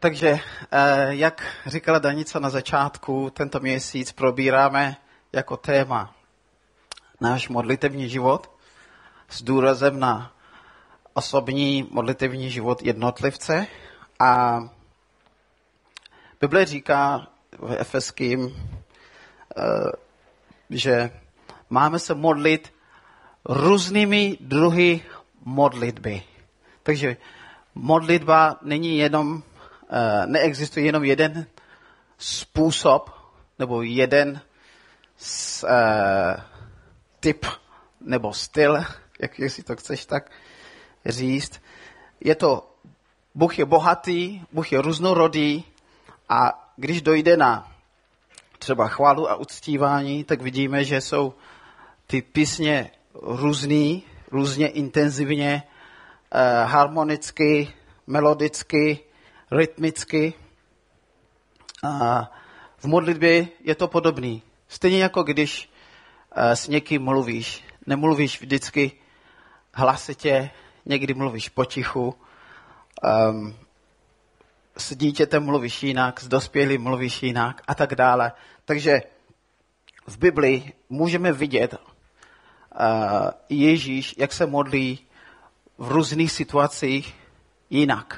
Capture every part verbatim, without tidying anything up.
Takže, jak říkala Danica na začátku, tento měsíc probíráme jako téma náš modlitevní život s důrazem na osobní modlitevní život jednotlivce. A Bible říká v Efeským, že máme se modlit různými druhy modlitby. Takže modlitba není jenom, neexistuje jenom jeden způsob nebo jeden s, uh, typ nebo styl, jak si to chceš tak říct. Je to, Bůh je bohatý, Bůh je různorodý a když dojde na třeba chválu a uctívání, tak vidíme, že jsou ty písně různý, různě intenzivně, uh, harmonicky, melodicky, rytmicky. A v modlitbě je to podobný. Stejně jako když uh, s někým mluvíš. Nemluvíš vždycky hlasitě, někdy mluvíš potichu. Um, s dítětem mluvíš jinak, s dospělým mluvíš jinak a tak dále. Takže v Bibli můžeme vidět uh, Ježíš, jak se modlí v různých situacích jinak.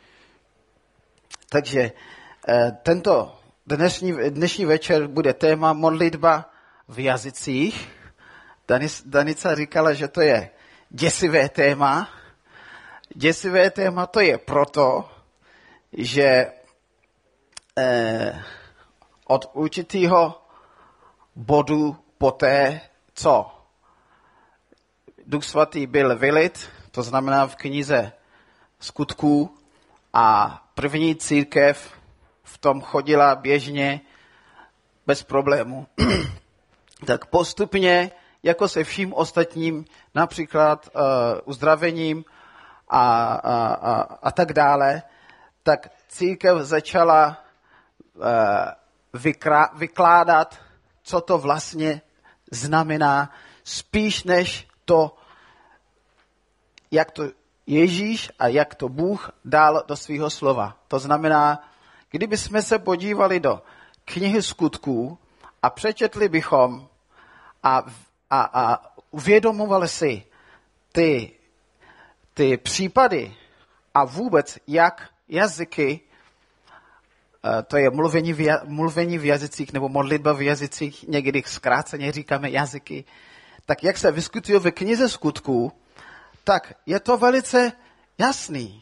Takže uh, tento dnešní, dnešní večer bude téma modlitba v jazycích. Danis, Danica říkala, že to je děsivé téma. Děsivé téma to je proto, že eh, od určitého bodu poté, co Duch Svatý byl vylit, to znamená v knize Skutků, a první církev v tom chodila běžně bez problému, tak postupně, jako se vším ostatním, například uh, uzdravením a, a, a, a tak dále, tak církev začala uh, vykrá, vykládat, co to vlastně znamená, spíš než to, jak to Ježíš a jak to Bůh dal do svého slova. To znamená, kdyby jsme se podívali do knihy Skutků a přečetli bychom a, a, a uvědomovali si ty, ty případy a vůbec jak jazyky, to je mluvení v, mluvení v jazycích nebo modlitba v jazycích, někdy zkráceně říkáme jazyky, tak jak se vyskytuje v knize Skutků, tak je to velice jasný.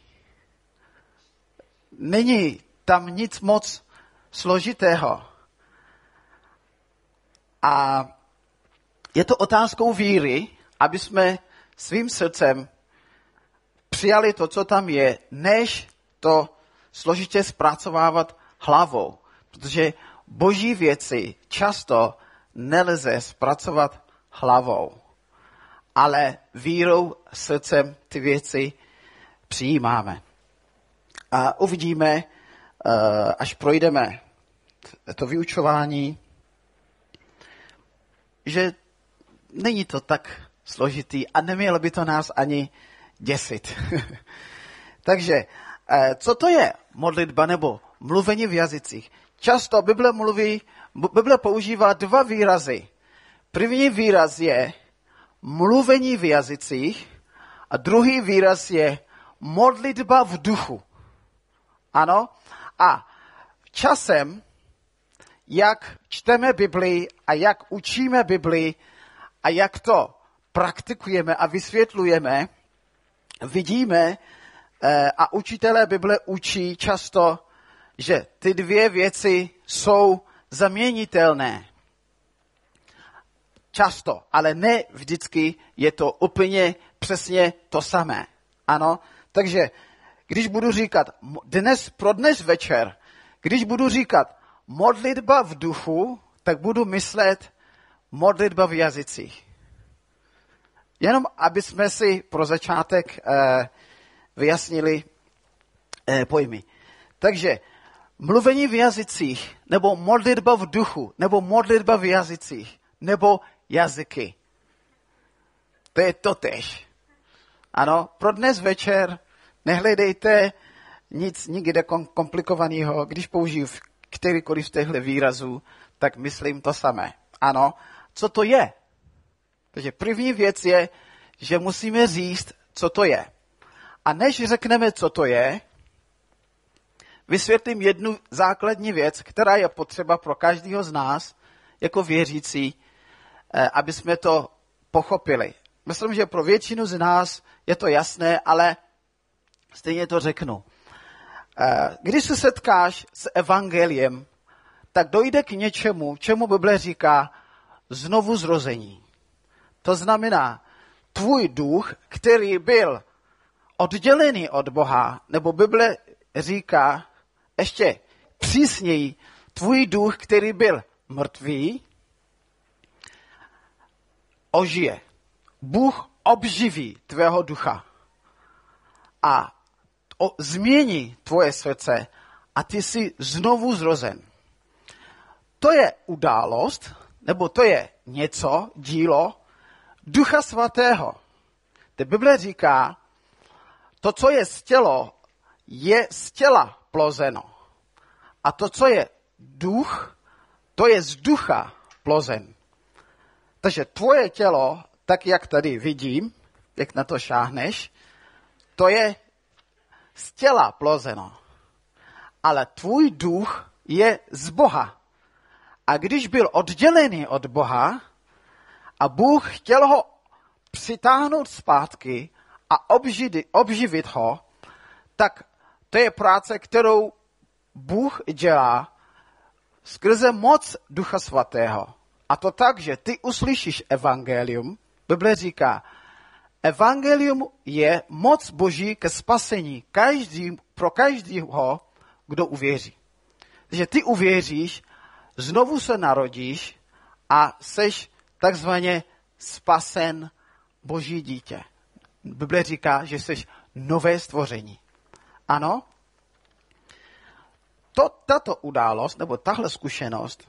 Není tam nic moc složitého. A je to otázkou víry, aby jsme svým srdcem přijali to, co tam je, než to složitě zpracovávat hlavou. Protože boží věci často nelze zpracovat hlavou, ale vírou, srdcem ty věci přijímáme. A uvidíme, až projdeme to vyučování, že není to tak složitý a nemělo by to nás ani děsit. Takže, co to je modlitba nebo mluvení v jazycích? Často Bible mluví, Bible používá dva výrazy. První výraz je mluvení v jazycích a druhý výraz je modlitba v duchu. Ano? A časem, jak čteme Bibli a jak učíme Bibli a jak to praktikujeme a vysvětlujeme, vidíme a učitelé Bible učí často, že ty dvě věci jsou zaměnitelné. Často, ale ne vždycky je to úplně přesně to samé. Ano, takže když budu říkat dnes, pro dnes večer, když budu říkat modlitba v duchu, tak budu myslet modlitba v jazycích. Jenom aby jsme si pro začátek eh, vyjasnili eh, pojmy. Takže mluvení v jazycích, nebo modlitba v duchu, nebo modlitba v jazycích, nebo jazyky. To je totéž. Ano, pro dnes večer nehledejte nic nikde komplikovaného. Když použiju kterýkoliv z těchto výrazů, tak myslím to samé. Ano, co to je? Takže první věc je, že musíme říct, co to je. A než řekneme, co to je, vysvětlím jednu základní věc, která je potřeba pro každého z nás, jako věřící, aby jsme to pochopili. Myslím, že pro většinu z nás je to jasné, ale stejně to řeknu. Když se setkáš s evangeliem, tak dojde k něčemu, čemu Bible říká znovu zrození. To znamená, tvůj duch, který byl oddělený od Boha, nebo Bible říká ještě přísněji, tvůj duch, který byl mrtvý, ožije. Bůh obživí tvého ducha a o, změní tvoje srdce a ty jsi znovu zrozen. To je událost, nebo to je něco, dílo Ducha Svatého. Te Bible říká, to, co je z tělo, je z těla plozeno. A to, co je duch, to je z ducha plozen. Takže tvoje tělo, tak jak tady vidím, jak na to šáhneš, to je z těla plozeno. Ale tvůj duch je z Boha. A když byl oddělený od Boha a Bůh chtěl ho přitáhnout zpátky a obživit, obživit ho, tak to je práce, kterou Bůh dělá skrze moc Ducha Svatého. A to tak, že ty uslyšíš evangelium. Bible říká, evangelium je moc Boží ke spasení každý, pro každého, kdo uvěří. Takže ty uvěříš, znovu se narodíš a seš takzvaně spasen Boží dítě. Bible říká, že seš nové stvoření. Ano? To, tato událost, nebo tahle zkušenost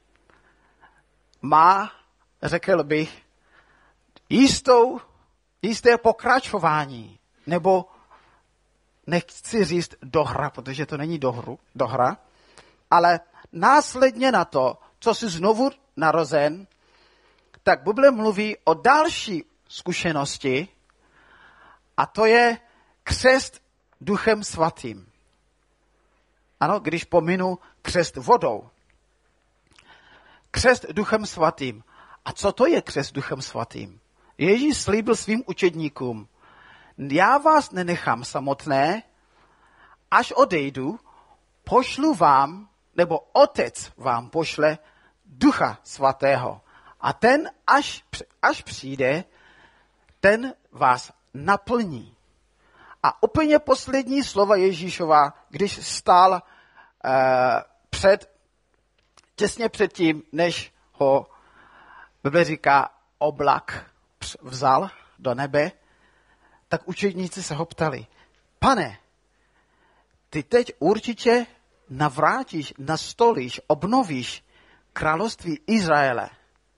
má, řekl bych, jistou, jisté pokračování, nebo nechci říct dohra, protože to není dohru, dohra, ale následně na to, co jsi znovu narozen, tak Bible mluví o další zkušenosti a to je křest Duchem Svatým. Ano, když pominu křest vodou. Křest Duchem Svatým. A co to je křest Duchem Svatým? Ježíš slíbil svým učedníkům, já vás nenechám samotné, až odejdu, pošlu vám, nebo Otec vám pošle Ducha Svatého. A ten, až, až přijde, ten vás naplní. A úplně poslední slova Ježíšova, když stál uh, před, těsně předtím, než ho, Bible říká, oblak vzal do nebe, tak učedníci se ho ptali, Pane, ty teď určitě navrátíš, nastolíš, obnovíš království Izraele.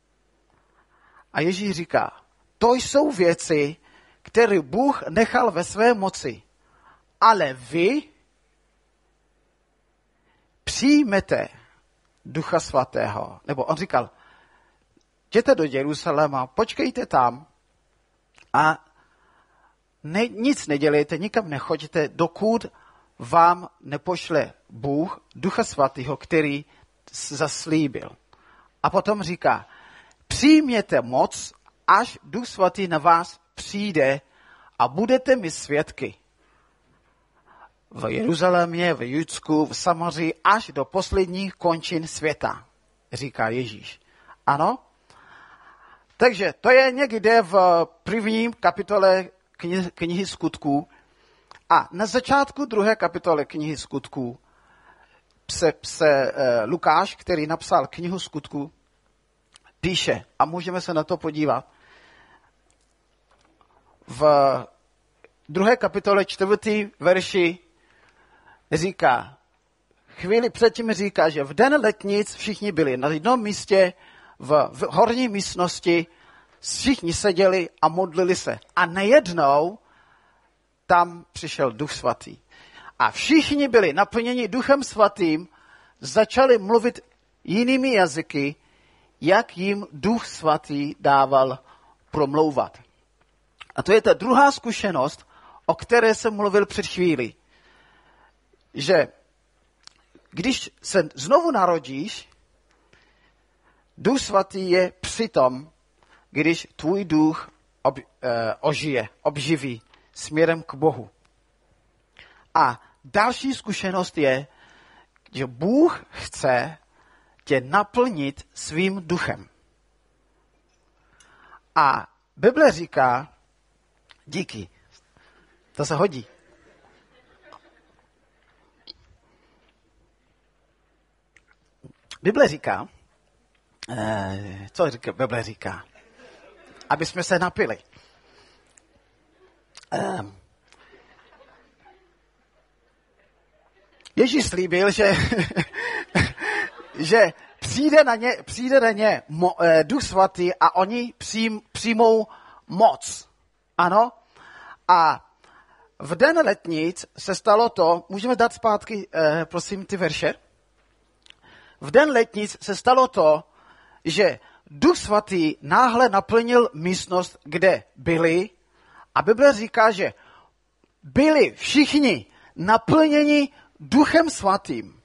A Ježíš říká, to jsou věci, které Bůh nechal ve své moci. Ale vy přijmete Ducha Svatého. Nebo on říkal, jděte do Jeruzaléma, počkejte tam a ne, nic nedělejte, nikam nechoďte, dokud vám nepošle Bůh Ducha Svatého, který zaslíbil. A potom říká, přijměte moc, až Duch Svatý na vás přijde a budete mi svědky. V Jeruzalémě, v Judsku, v Samaří, až do posledních končin světa, říká Ježíš. Ano? Takže to je někde v prvním kapitole knihy, knihy Skutků. A na začátku druhé kapitoly knihy Skutků se, se uh, Lukáš, který napsal knihu Skutků, píše, a můžeme se na to podívat, v druhé kapitole čtvrtý verši říká, chvíli předtím říká, že v den letnic všichni byli na jednom místě, v, v horní místnosti, všichni seděli a modlili se. A nejednou tam přišel Duch Svatý. A všichni byli naplněni Duchem Svatým, začali mluvit jinými jazyky, jak jim Duch Svatý dával promlouvat. A to je ta druhá zkušenost, o které jsem mluvil před chvílí. Že když se znovu narodíš, Duch Svatý je přitom, když tvůj duch ob, eh, ožije, obživí směrem k Bohu. A další zkušenost je, že Bůh chce tě naplnit svým duchem. A Bible říká, díky, to se hodí. Bible říká, eh, co říká, Bible říká? Aby jsme se napili. Eh, Ježíš slíbil, že, že přijde na ně, přijde na ně mo, eh, Duch Svatý a oni přijm, přijmou moc. Ano? A v den letnic se stalo to, můžeme dát zpátky, eh, prosím, ty verše? V den letnic se stalo to, že Duch Svatý náhle naplnil místnost, kde byli, a Bible říká, že byli všichni naplněni Duchem Svatým.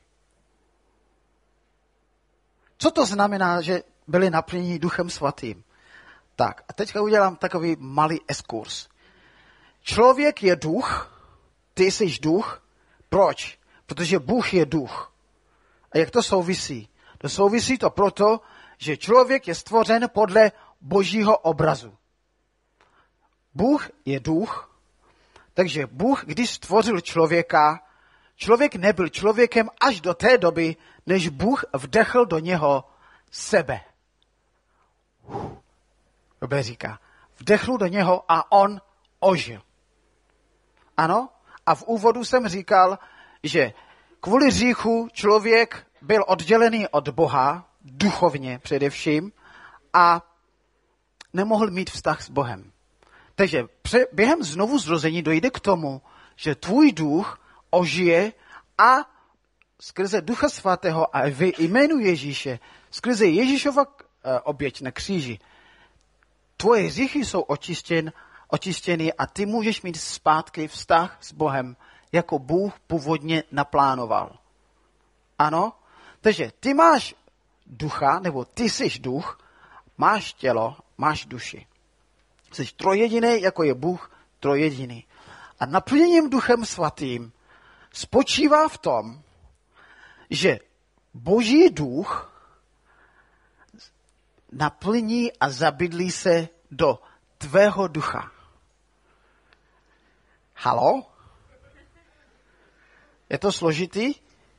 Co to znamená, že byli naplněni Duchem Svatým? Tak, a teďka udělám takový malý exkurs. Člověk je duch, ty jsi duch. Proč? Protože Bůh je duch. A jak to souvisí? To souvisí to proto, že člověk je stvořen podle Božího obrazu. Bůh je duch, takže Bůh, když stvořil člověka, člověk nebyl člověkem až do té doby, než Bůh vdechl do něho sebe. Bible říká, vdechl do něho a on ožil. Ano? A v úvodu jsem říkal, že kvůli hříchu člověk byl oddělený od Boha, duchovně především, a nemohl mít vztah s Bohem. Takže během znovu zrození dojde k tomu, že tvůj duch ožije a skrze Ducha Svatého a v jménu Ježíše, skrze Ježíšova oběť na kříži, tvoje hříchy jsou očištěn, očištěny a ty můžeš mít zpátky vztah s Bohem, jako Bůh původně naplánoval. Ano? Takže ty máš ducha, nebo ty jsi duch, máš tělo, máš duši. Jsi trojjediný, jako je Bůh trojjediný. A naplněním Duchem Svatým spočívá v tom, že Boží duch naplní a zabydlí se do tvého ducha. Halo? Je to složitý?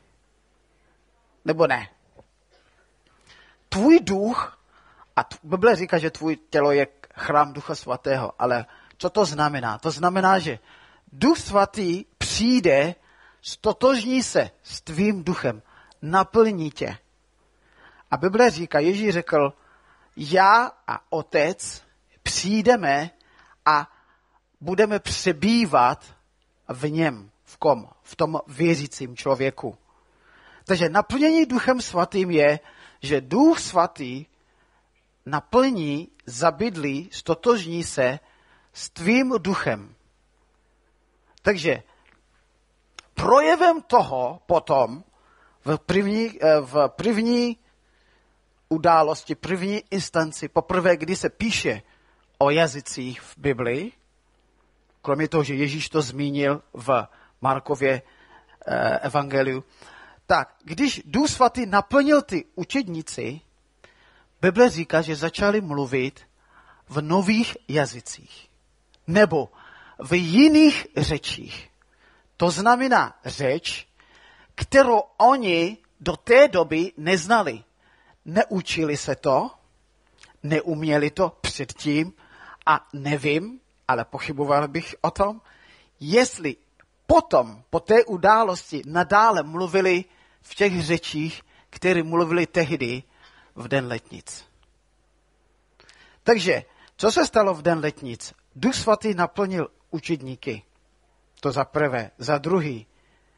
Nebo ne? Tvůj duch, a Bible říká, že tvůj tělo je chrám Ducha Svatého, ale co to znamená? To znamená, že Duch Svatý přijde, stotožní se s tvým duchem, naplní tě. A Bible říká, Ježíš řekl, já a Otec přijdeme a budeme přebývat v něm, v kom? V tom věřícím člověku. Takže naplnění Duchem Svatým je, že Duch Svatý naplní, zabydlí, stotožní se s tvým duchem. Takže projevem toho potom v první, v první události, první instanci, poprvé, kdy se píše o jazycích v Biblii, kromě toho, že Ježíš to zmínil v Markově eh, evangeliu, tak když Duch Svatý naplnil ty učedníci, Bible říká, že začali mluvit v nových jazycích nebo v jiných řečích. To znamená řeč, kterou oni do té doby neznali. Neučili se to, neuměli to předtím a nevím, ale pochyboval bych o tom, jestli potom, po té události, nadále mluvili v těch řečích, které mluvili tehdy v den letnic. Takže, co se stalo v den letnic? Duch Svatý naplnil učedníky. To za prvé. Za druhý,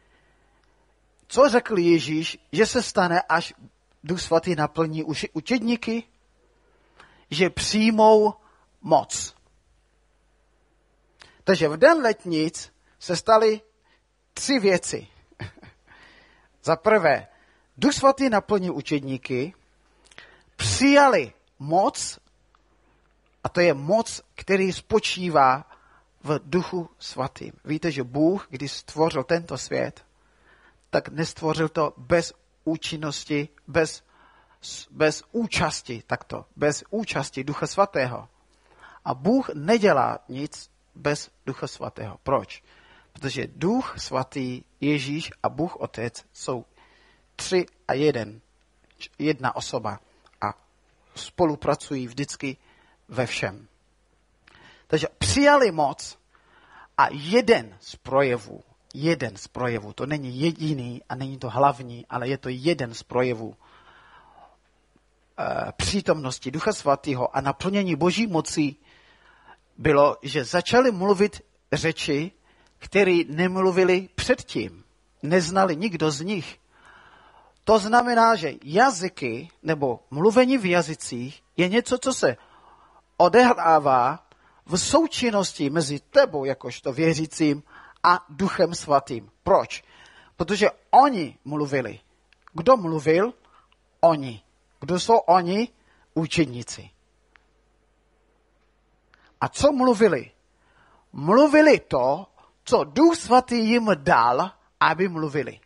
co řekl Ježíš, že se stane, až Duch Svatý naplní učedníky? Že přijmou moc. Takže v den letnic se staly tři věci. Za prvé, Duch Svatý naplnil učedníky, přijali moc, a to je moc, který spočívá v Duchu Svatým. Víte, že Bůh, když stvořil tento svět, tak nestvořil to bez účinnosti, bez, bez účasti, takto, bez účasti Ducha Svatého. A Bůh nedělá nic bez Ducha Svatého. Proč? Protože Duch Svatý, Ježíš a Bůh Otec jsou tři a jeden, jedna osoba a spolupracují vždycky ve všem. Takže přijali moc a jeden z projevů, jeden z projevů, to není jediný a není to hlavní, ale je to jeden z projevů e, přítomnosti Ducha Svatého a naplnění Boží moci bylo, že začali mluvit řeči, které nemluvili předtím. Neznali nikdo z nich. To znamená, že jazyky nebo mluvení v jazycích je něco, co se odehrává v součinnosti mezi tebou, jakožto věřícím, a Duchem Svatým. Proč? Protože oni mluvili. Kdo mluvil? Oni. Kdo jsou oni? Učedníci. A co mluvili? Mluvili to, co Duch Svatý jim dal, aby mluvili.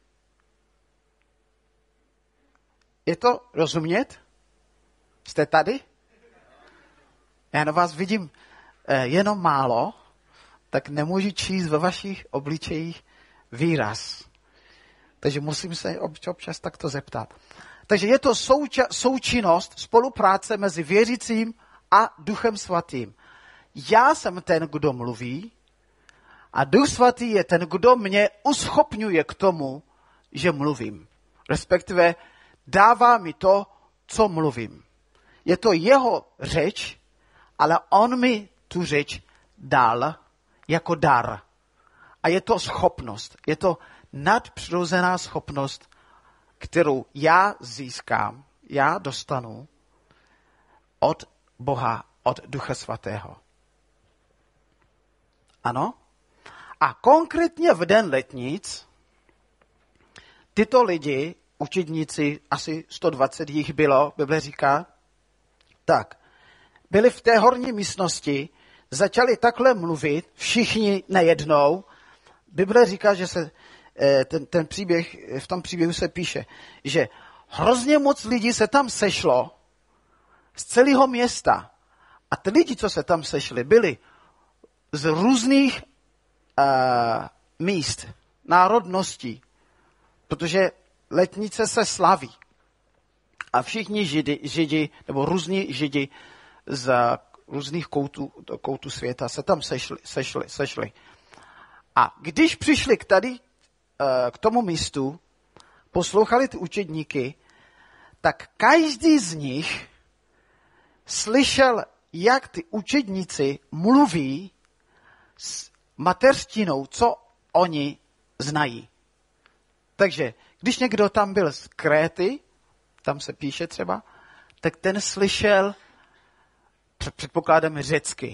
Je to rozumět? Jste tady? Já na vás vidím eh, jenom málo, tak nemůžu číst ve vašich obličejích výraz. Takže musím se občas takto zeptat. Takže je to souča- součinnost, spolupráce mezi věřícím a Duchem Svatým. Já jsem ten, kdo mluví, a Duch Svatý je ten, kdo mě uschopňuje k tomu, že mluvím. Respektive dává mi to, co mluvím. Je to jeho řeč, ale on mi tu řeč dal jako dar. A je to schopnost. Je to nadpřirozená schopnost, kterou já získám, já dostanu od Boha, od Ducha Svatého. Ano? A konkrétně v den letnic tyto lidi, učedníci, asi sto dvacet jich bylo, Bible říká, tak, byli v té horní místnosti, začali takhle mluvit, všichni najednou. Bible říká, že se ten, ten příběh, v tom příběhu se píše, že hrozně moc lidí se tam sešlo z celého města. A ty lidi, co se tam sešli, byli z různých uh, míst, národností, protože letnice se slaví. A všichni židi, židi nebo různí židi z různých koutů, koutů světa se tam sešli, sešli, sešli. A když přišli k tady, k tomu místu, poslouchali ty učedníky, tak každý z nich slyšel, jak ty učedníci mluví s mateřštinou, co oni znají. Takže když někdo tam byl z Kréty, tam se píše třeba, tak ten slyšel, předpokládáme, řecky.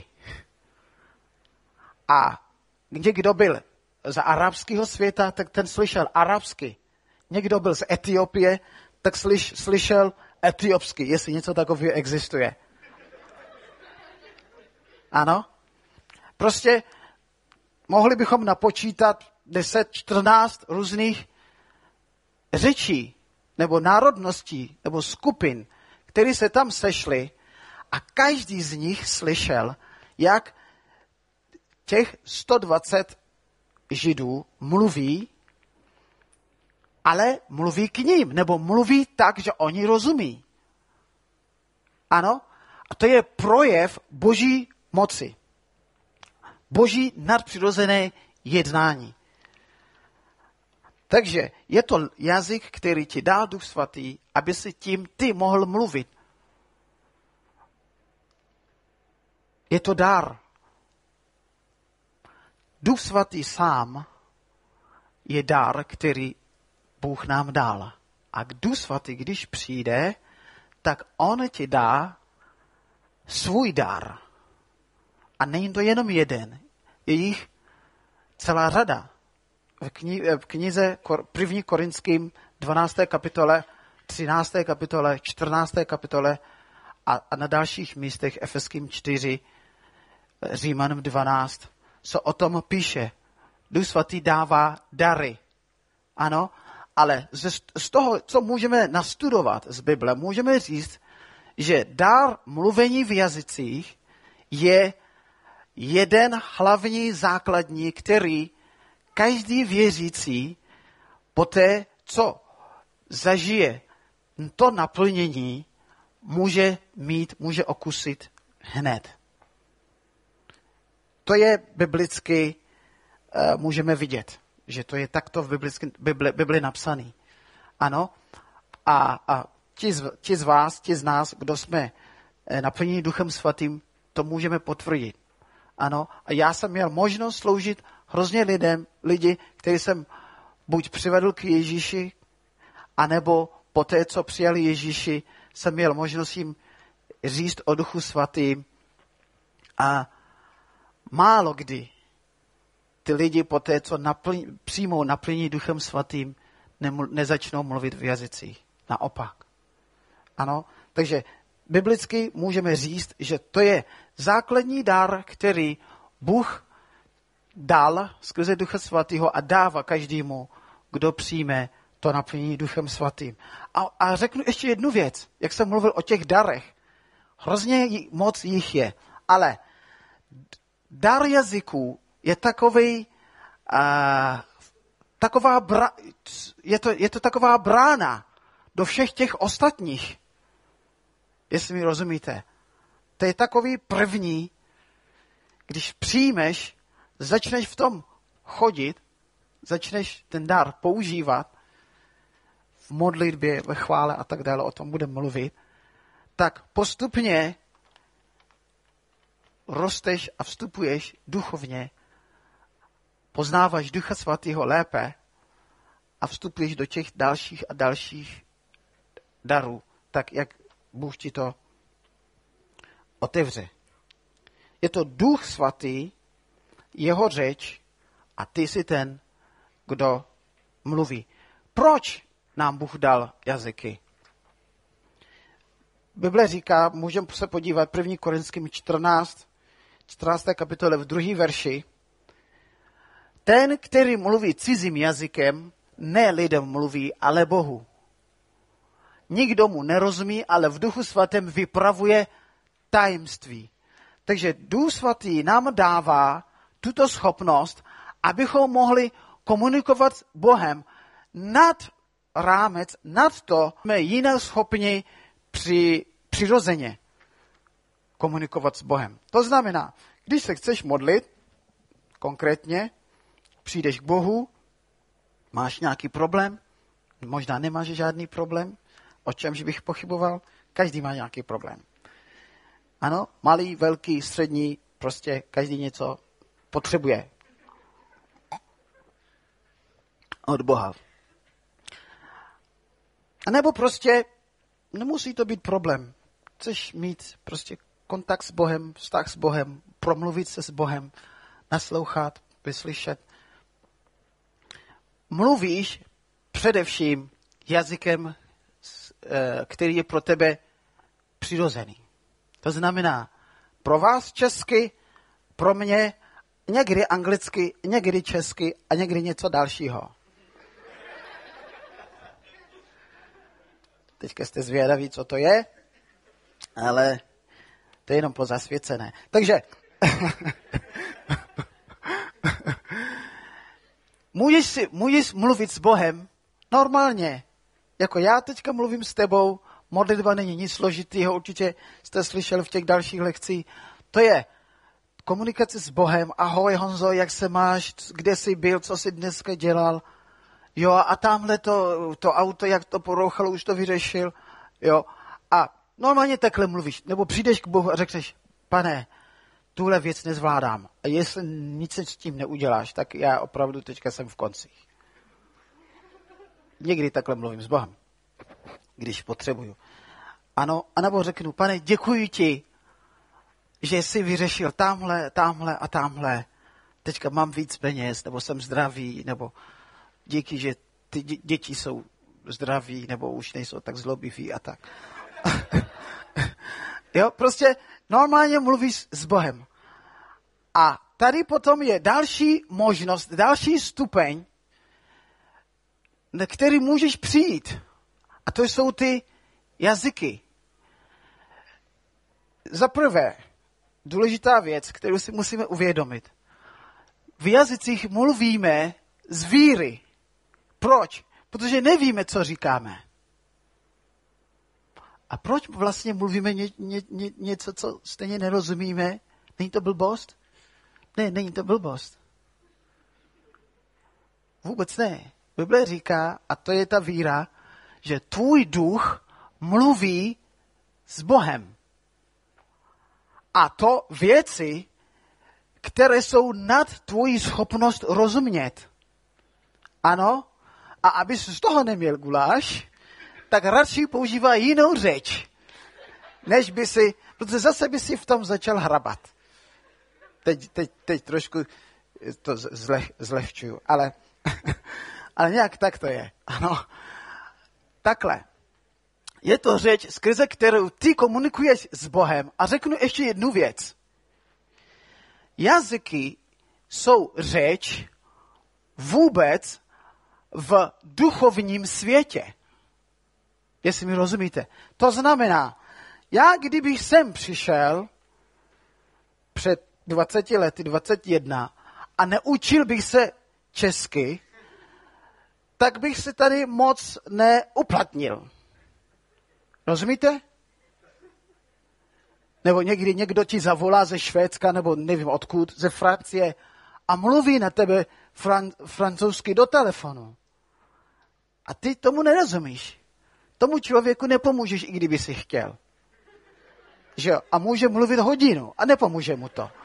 A někdo byl z arabského světa, tak ten slyšel arabsky. Někdo byl z Etiopie, tak slyš, slyšel etiopsky, jestli něco takového existuje. Ano? Prostě mohli bychom napočítat deset, čtrnáct různých řečí, nebo národností, nebo skupin, které se tam sešly a každý z nich slyšel, jak těch sto dvacet Židů mluví, ale mluví k ním, nebo mluví tak, že oni rozumí. Ano? A to je projev Boží moci. Boží nadpřirozené jednání. Takže je to jazyk, který ti dá Duch Svatý, aby si tím ty mohl mluvit. Je to dar. Duch Svatý sám je dar, který Bůh nám dal. A Duch Svatý, když přijde, tak on ti dá svůj dar. A není to jenom jeden. Je jich celá řada. V, kni- v knize první Korinským dvanácté kapitole, třinácté kapitole, čtrnácté kapitole a, a na dalších místech Efeským čtyři, Římanům dvanáct, co o tom píše. Duch Svatý dává dary. Ano, ale z, z toho, co můžeme nastudovat z Bible, můžeme říct, že dar mluvení v jazycích je jeden hlavní základní, který každý věřící poté, co zažije to naplnění, může mít, může okusit hned. To je biblicky, uh, můžeme vidět, že to je takto v biblické Bibli, Bibli napsaný. Ano, a, a ti, z, ti z vás, ti z nás, kdo jsme naplněni Duchem Svatým, to můžeme potvrdit. Ano, a já jsem měl možnost sloužit hrozně lidem, lidi, který jsem buď přivedl k Ježíši, anebo po té, co přijali Ježíši, jsem měl možnost jim říct o Duchu Svatým. A málo kdy ty lidi po té, co naplň, přijmou naplnění Duchem Svatým, ne, nezačnou mluvit v jazycích. Naopak. Ano, takže biblicky můžeme říct, že to je základní dar, který Bůh dal skrze Ducha Svatého a dává každému, kdo přijme to naplnění Duchem Svatým. A, a řeknu ještě jednu věc, jak jsem mluvil o těch darech. Hrozně moc jich je, ale dar jazyků je takový, uh, taková bra, je, to, je to taková brána do všech těch ostatních. Jestli mi rozumíte. To je takový první, když přijmeš, začneš v tom chodit, začneš ten dar používat v modlitbě, ve chvále a tak dále, o tom budeme mluvit, tak postupně rosteš a vstupuješ duchovně, poznáváš Ducha Svatého lépe a vstupuješ do těch dalších a dalších darů, tak jak Bůh ti to otevře. Je to Duch Svatý, jeho řeč a ty jsi ten, kdo mluví. Proč nám Bůh dal jazyky? Bible říká, můžeme se podívat první Korinským čtrnáct, čtrnácté kapitole v druhý verši. Ten, který mluví cizím jazykem, ne lidem mluví, ale Bohu. Nikdo mu nerozumí, ale v Duchu Svatém vypravuje tajemství. Takže Duch Svatý nám dává tuto schopnost, abychom mohli komunikovat s Bohem nad rámec, nad to, jsme jinak schopni při, přirozeně komunikovat s Bohem. To znamená, když se chceš modlit, konkrétně, přijdeš k Bohu, máš nějaký problém, možná nemáš žádný problém, o čemž bych pochyboval, každý má nějaký problém. Ano, malý, velký, střední, prostě každý něco potřebuje od Boha. A nebo prostě nemusí to být problém. Chceš mít prostě kontakt s Bohem, vztah s Bohem, promluvit se s Bohem, naslouchat, vyslyšet. Mluvíš především jazykem, který je pro tebe přirozený. To znamená, pro vás česky, pro mě někdy anglicky, někdy česky a někdy něco dalšího. Teďka jste zvědaví, co to je, ale to je jenom pro zasvěcené. Takže můžeš, si, můžeš mluvit s Bohem normálně. Jako já teďka mluvím s tebou, modlitba není nic složitýho, určitě jste slyšeli v těch dalších lekcích. To je komunikace s Bohem. Ahoj Honzo, jak se máš, kde jsi byl, co jsi dneska dělal. Jo, a tamhle to, to auto, jak to porouchalo, už to vyřešil. Jo, a normálně takhle mluvíš. Nebo přijdeš k Bohu a řekneš, Pane, tuhle věc nezvládám. A jestli nic s tím neuděláš, tak já opravdu teďka jsem v konci. někdy takhle mluvím s Bohem, když potřebuju. Ano, anebo řeknu, Pane, děkuji ti, že jsi vyřešil tamhle, tamhle a tamhle. Teďka mám víc peněz, nebo jsem zdravý, nebo díky, že ty děti jsou zdraví, nebo už nejsou tak zlobiví a tak. Jo, prostě normálně mluvíš s Bohem. A tady potom je další možnost, další stupeň, na který můžeš přijít. A to jsou ty jazyky. Za prvé, důležitá věc, kterou si musíme uvědomit. V jazycích mluvíme z víry. Proč? Protože nevíme, co říkáme. A proč vlastně mluvíme ně, ně, ně, něco, co stejně nerozumíme? Není to blbost? Ne, není to blbost. Vůbec ne. Bible říká, a to je ta víra, že tvůj duch mluví s Bohem. A to věci, které jsou nad tvoji schopnost rozumět. Ano? A abys z toho neměl guláš, tak radši používá jinou řeč, než by si, protože zase by si v tom začal hrabat. Teď, teď, teď trošku to zle, zlehčuju, ale, ale nějak tak to je. Ano. Takhle. Je to řeč, skrze kterou ty komunikuješ s Bohem. A řeknu ještě jednu věc. Jazyky jsou řeč vůbec v duchovním světě. Jestli mi rozumíte. To znamená, já kdybych sem přišel před dvaceti lety, dvacet jedna a neučil bych se česky, tak bych se tady moc neuplatnil. Rozumíte? Nebo někdy někdo ti zavolá ze Švédska, nebo nevím odkud, ze Francie a mluví na tebe fran, francouzsky do telefonu. A ty tomu nerozumíš. Tomu člověku nepomůžeš, i kdyby si chtěl. Že jo? A může mluvit hodinu a nepomůže mu to.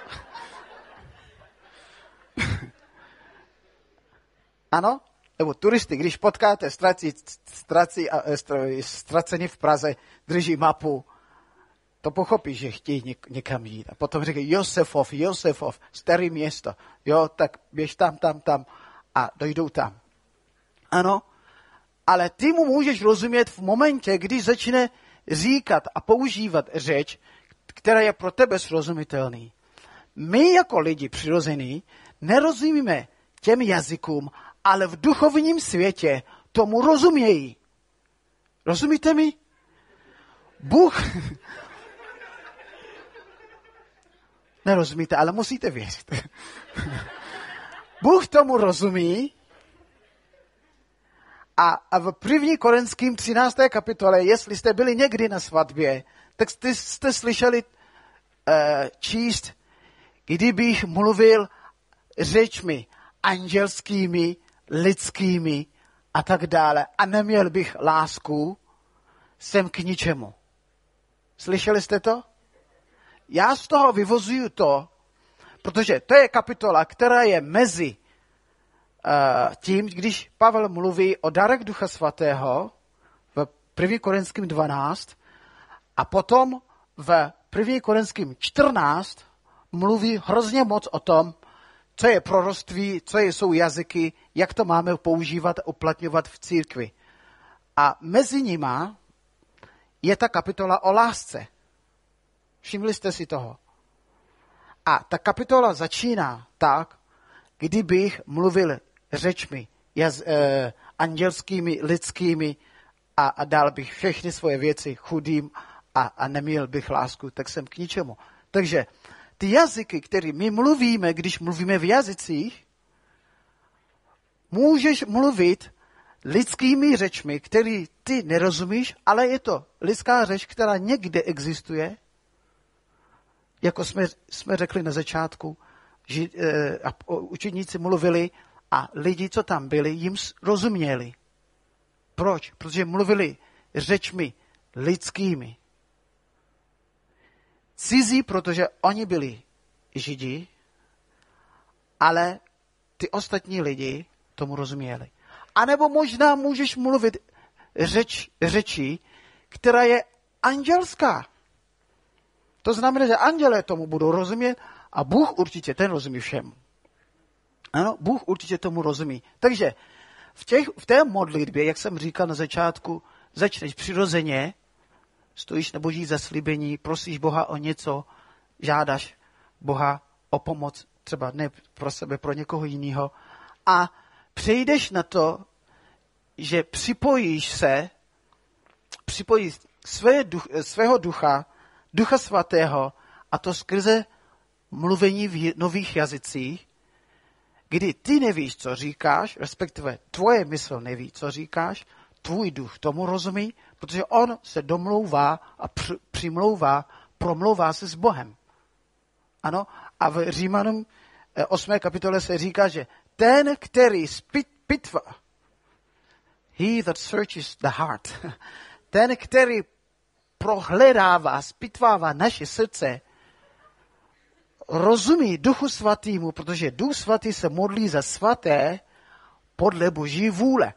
Ano? Nebo turisty, když potkáte ztrací, ztrací, ztracený v Praze, drží mapu, to pochopíš, že chtějí něk, někam jít. A potom říkají, Josefov, Josefov, staré město. Jo, tak běž tam, tam, tam a dojdou tam. Ano? Ale ty mu můžeš rozumět v momentě, kdy začne říkat a používat řeč, která je pro tebe srozumitelný. My jako lidi přirození nerozumíme těm jazykům, ale v duchovním světě tomu rozumějí. Rozumíte mi? Bůh... Nerozumíte, ale musíte věřit. Bůh tomu rozumí a, a v první Korinským třinácté kapitole, jestli jste byli někdy na svatbě, tak jste, jste slyšeli uh, číst, kdybych mluvil řečmi andělskými, lidskými a tak dále a neměl bych lásku, jsem k ničemu. Slyšeli jste to? Já z toho vyvozuju to, protože to je kapitola, která je mezi uh, tím, když Pavel mluví o darech Ducha Svatého v první Korinským dvanáct a potom v první Korinským čtrnáct mluví hrozně moc o tom, co je proroctví, co jsou jazyky, jak to máme používat a uplatňovat v církvi. A mezi nima je ta kapitola o lásce. Všimli jste si toho? A ta kapitola začíná tak, kdybych mluvil řečmi jaz, eh, andělskými, lidskými a, a dal bych všechny svoje věci chudým a, a neměl bych lásku, tak jsem k ničemu. Takže ty jazyky, které my mluvíme, když mluvíme v jazycích, můžeš mluvit lidskými řečmi, které ty nerozumíš, ale je to lidská řeč, která někde existuje. Jako jsme, jsme řekli na začátku, že e, a učeníci mluvili a lidi, co tam byli, jim rozuměli. Proč? Protože mluvili řečmi lidskými. Cizí, protože oni byli Židi, ale ty ostatní lidi tomu rozuměli. A nebo možná můžeš mluvit řeč, řečí, která je andělská. To znamená, že andělé tomu budou rozumět a Bůh určitě ten rozumí všem. Ano, Bůh určitě tomu rozumí. Takže v, těch, v té modlitbě, jak jsem říkal na začátku, začneš přirozeně, stojíš na Boží zaslíbení, prosíš Boha o něco, žádáš Boha o pomoc, třeba ne pro sebe, pro někoho jiného. A přejdeš na to, že připojíš se, připojíš své duch, svého ducha, Ducha Svatého, a to skrze mluvení v nových jazycích, kdy ty nevíš, co říkáš, respektive tvoje mysl neví, co říkáš, tvůj duch tomu rozumí, protože on se domlouvá a při, přimlouvá, promlouvá se s Bohem. Ano, a v Římanům osmé kapitole se říká, že ten, který spitvá, he that searches the heart, ten, který prohledává, spitvává naše srdce, rozumí Duchu Svatýmu, protože Duch Svatý se modlí za svaté podle Boží vůle.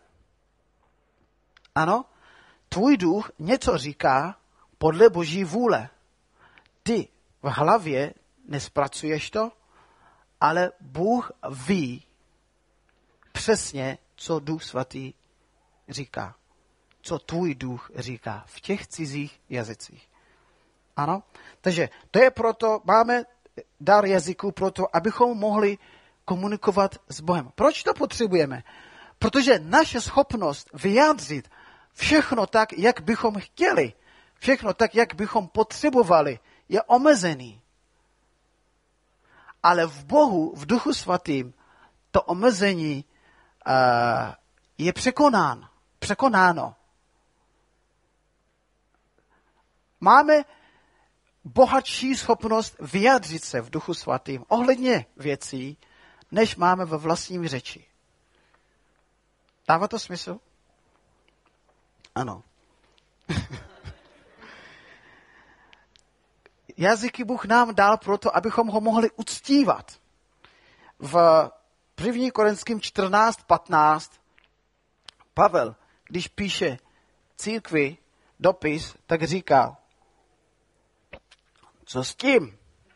Ano, tvůj duch něco říká podle Boží vůle. Ty v hlavě nespracuješ to, ale Bůh ví přesně, co Duch Svatý říká. Co tvůj duch říká v těch cizích jazycích. Ano, takže to je proto, máme dar jazyku proto, abychom mohli komunikovat s Bohem. Proč to potřebujeme? Protože naše schopnost vyjádřit všechno tak, jak bychom chtěli, všechno tak, jak bychom potřebovali, je omezený. Ale v Bohu, v Duchu Svatým, to omezení uh, je překonán, překonáno. Máme bohatší schopnost vyjádřit se v Duchu Svatým ohledně věcí, než máme ve vlastním řeči. Dává to smysl? Ano. Jazyky Bůh nám dal proto, abychom ho mohli uctívat. V první Korinským čtrnáct patnáct Pavel, když píše církvi dopis, tak říká, co s tím?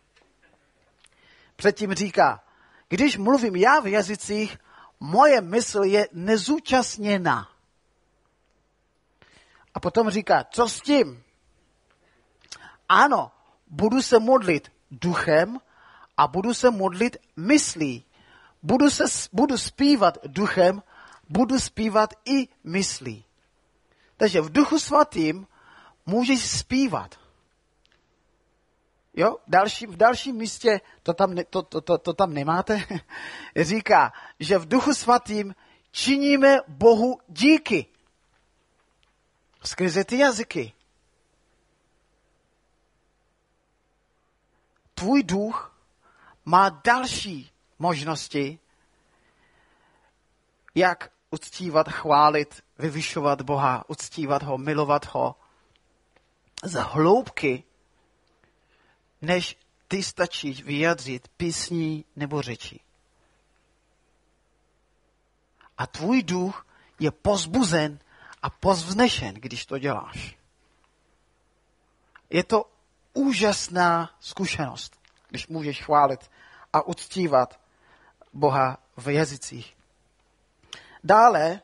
Předtím říká, když mluvím já v jazycích, moje mysl je nezúčastněna. A potom říká, co s tím? Ano, budu se modlit duchem a budu se modlit myslí. Budu, se, budu zpívat duchem, budu zpívat i myslí. Takže v Duchu Svatým můžeš zpívat. Jo, další, v dalším místě, to tam, ne, to, to, to, to tam nemáte, říká, že v Duchu Svatým činíme Bohu díky. Skrze ty jazyky. Tvůj duch má další možnosti, jak uctívat, chválit, vyvyšovat Boha, uctívat ho, milovat ho z hloubky, než ty stačíš vyjádřit písní nebo řeči. A tvůj duch je pozbuzen a povznešen, když to děláš. Je to úžasná zkušenost, když můžeš chválit a uctívat Boha v jazycích. Dále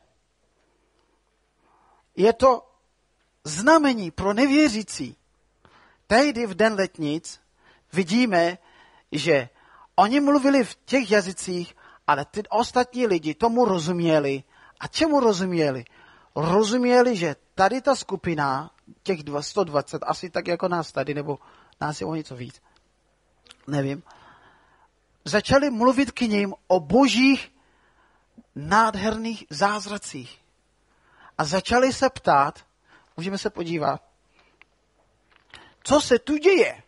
je to znamení pro nevěřící. Tehdy v den letnic vidíme, že oni mluvili v těch jazycích, ale ty ostatní lidi tomu rozuměli. A čemu rozuměli? Rozuměli, že tady ta skupina, těch sto dvacet, asi tak jako nás tady, nebo nás je o něco víc, nevím, začali mluvit k ním o božích nádherných zázracích. A začali se ptát, můžeme se podívat, co se tu děje?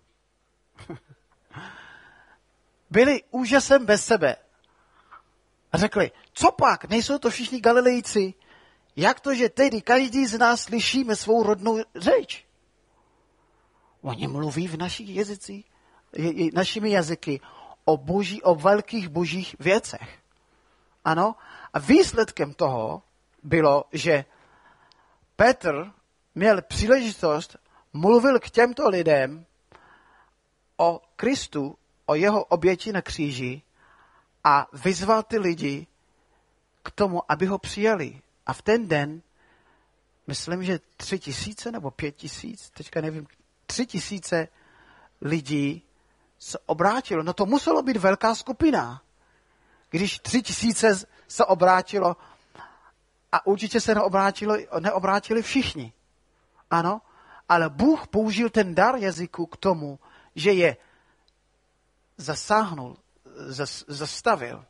Byli úžasem bez sebe. A řekli, co pak, nejsou to všichni Galilejci? Jak to, že tedy každý z nás slyšíme svou rodnou řeč? Oni mluví v našich jazycích, našimi jazyky o boží, o velkých božích věcech. Ano? A výsledkem toho bylo, že Petr měl příležitost, mluvil k těmto lidem o Kristu, o jeho oběti na kříži a vyzval ty lidi k tomu, aby ho přijali. A v ten den, myslím, že tři tisíce nebo pět tisíc, teďka nevím, tři tisíce lidí se obrátilo. No to muselo být velká skupina. Když tři tisíce se obrátilo a určitě se neobrátilo, neobrátili všichni. Ano, ale Bůh použil ten dar jazyku k tomu, že je zasáhnul, zas, zastavil,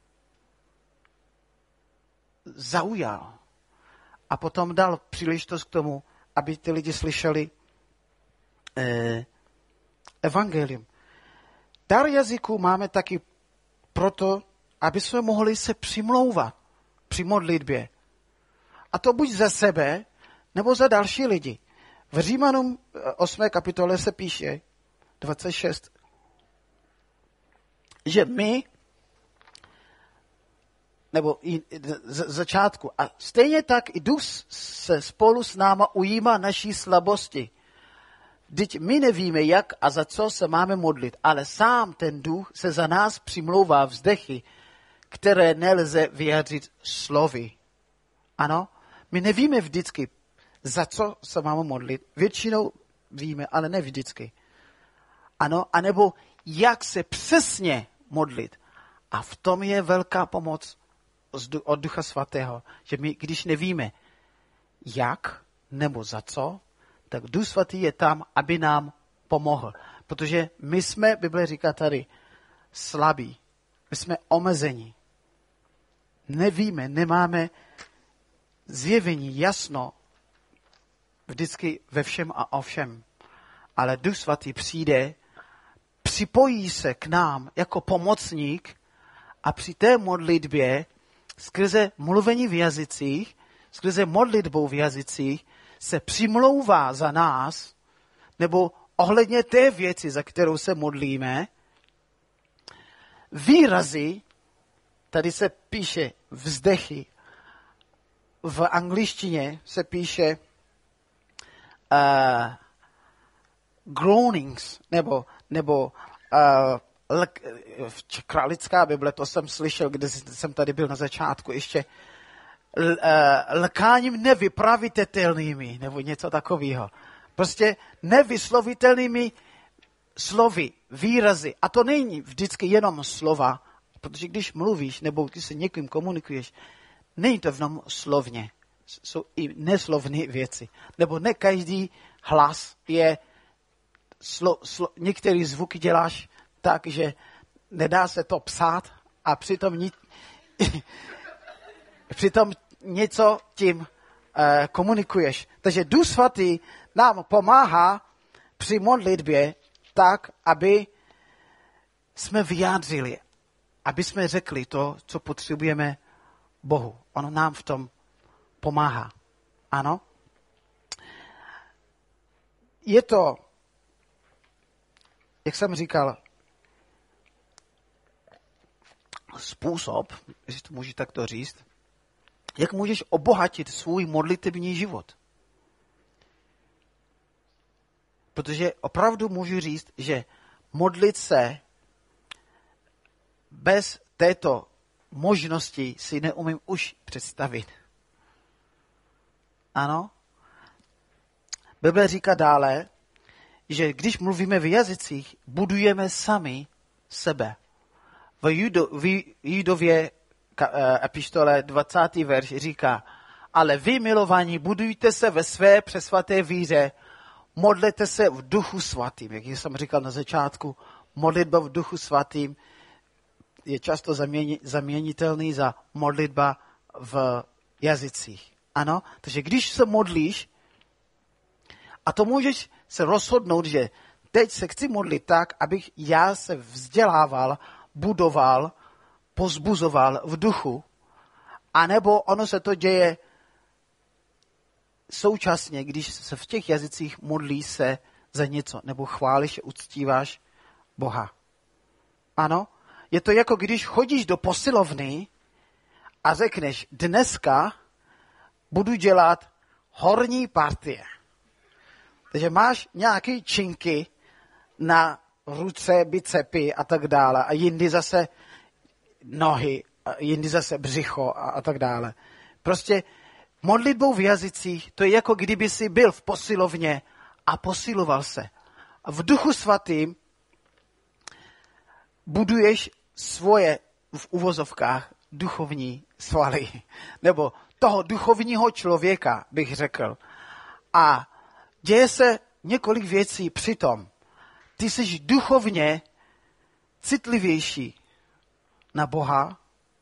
zaujal a potom dal příležitost k tomu, aby ty lidi slyšeli eh, evangelium. Dar jazyku máme taky proto, aby jsme mohli se přimlouvat při modlitbě. A to buď za sebe, nebo za další lidi. V Římanům osmé kapitole se píše, dvacet šest, že my, nebo i z začátku, a stejně tak i Duch se spolu s náma ujímá naší slabosti. Vždyť my nevíme, jak a za co se máme modlit, ale sám ten Duch se za nás přimlouvá vzdechy, které nelze vyjádřit slovy. Ano, my nevíme vždycky, za co se máme modlit. Většinou víme, ale ne vždycky. Ano, anebo jak se přesně modlit. A v tom je velká pomoc od Ducha Svatého, že my, když nevíme, jak nebo za co, tak Duch Svatý je tam, aby nám pomohl. Protože my jsme, Bible říká tady, slabí. My jsme omezení. Nevíme, nemáme zjevení, jasno, vždycky ve všem a o všem. Ale Duch Svatý přijde, připojí se k nám jako pomocník a při té modlitbě skrze mluvení v jazycích, skrze modlitbou v jazycích se přimlouvá za nás, nebo ohledně té věci, za kterou se modlíme. Výrazy, tady se píše vzdechy, v angličtině se píše uh, groanings, nebo, nebo uh, lk, v Kralická Bible, to jsem slyšel, když jsem tady byl na začátku, ještě l, uh, lkáním nevypravitelnými, nebo něco takového. Prostě nevyslovitelnými slovy, výrazy. A to není vždycky jenom slova, protože když mluvíš, nebo když se někým komunikuješ, není to jenom slovně. Jsou i neslovné věci. Nebo ne každý hlas je, slo, slo, některé zvuky děláš tak, že nedá se to psát a přitom, ni, přitom něco tím uh, komunikuješ. Takže Duch Svatý nám pomáhá při modlitbě tak, aby jsme vyjádřili, aby jsme řekli to, co potřebujeme Bohu. On nám v tom pomáhá. Ano? Je to, jak jsem říkal, způsob, jestli to můžu takto říct, jak můžeš obohatit svůj modlitební život. Protože opravdu můžu říct, že modlit se bez této možnosti si neumím už představit. Ano? Bible říká dále, že když mluvíme v jazycích, budujeme sami sebe. V, Judo, v Judově epištole dvacátý verš říká, ale vy, milovaní, budujte se ve své přesvaté víře, modlete se v Duchu Svatým. Jak jsem říkal na začátku, modlitba v Duchu Svatým je často zaměni, zaměnitelný za modlitba v jazycích. Ano? Takže když se modlíš, a to můžeš se rozhodnout, že teď se chci modlit tak, abych já se vzdělával, budoval, pozbuzoval v duchu, anebo ono se to děje současně, když se v těch jazycích modlí se za něco, nebo chválíš a uctíváš Boha. Ano? Je to jako když chodíš do posilovny a řekneš, dneska budu dělat horní partie. Takže máš nějaké činky na ruce, bicepy a tak dále a jindy zase nohy, a jindy zase břicho a, a tak dále. Prostě modlitbou v jazycích, to je jako kdyby si byl v posilovně a posiloval se. A v Duchu Svatým buduješ svoje, v uvozovkách, duchovní svaly. Nebo toho duchovního člověka, bych řekl. A děje se několik věcí přitom. Ty jsi duchovně citlivější na Boha.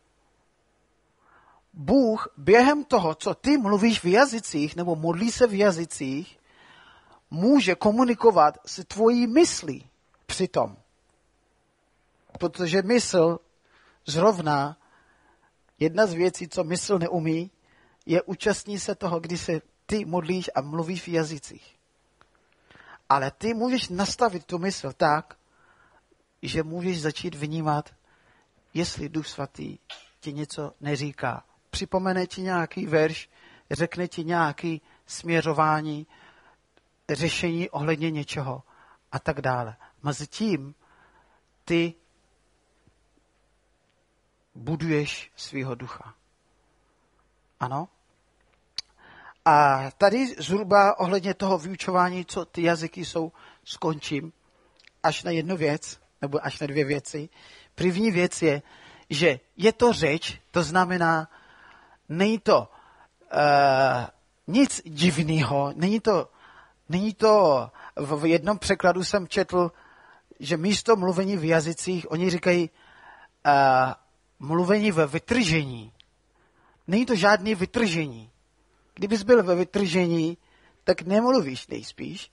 Bůh během toho, co ty mluvíš v jazycích, nebo modlí se v jazycích, může komunikovat s tvojí myslí přitom. Protože mysl zrovna, jedna z věcí, co mysl neumí, je účastní se toho, kdy se ty modlíš a mluvíš v jazycích. Ale ty můžeš nastavit tu mysl tak, že můžeš začít vnímat, jestli Duch Svatý ti něco neříká. Připomene ti nějaký verš, řekne ti nějaký směřování, řešení ohledně něčeho a tak dále. Mezi tím ty buduješ svého ducha. Ano? A tady zhruba ohledně toho vyučování, co ty jazyky jsou, skončím až na jednu věc, nebo až na dvě věci. První věc je, že je to řeč, to znamená, není to uh, nic divného, není to, není to, v, v jednom překladu jsem četl, že místo mluvení v jazycích, oni říkají uh, mluvení ve vytržení. Není to žádné vytržení. Kdybys byl ve vytržení, tak nemluvíš nejspíš.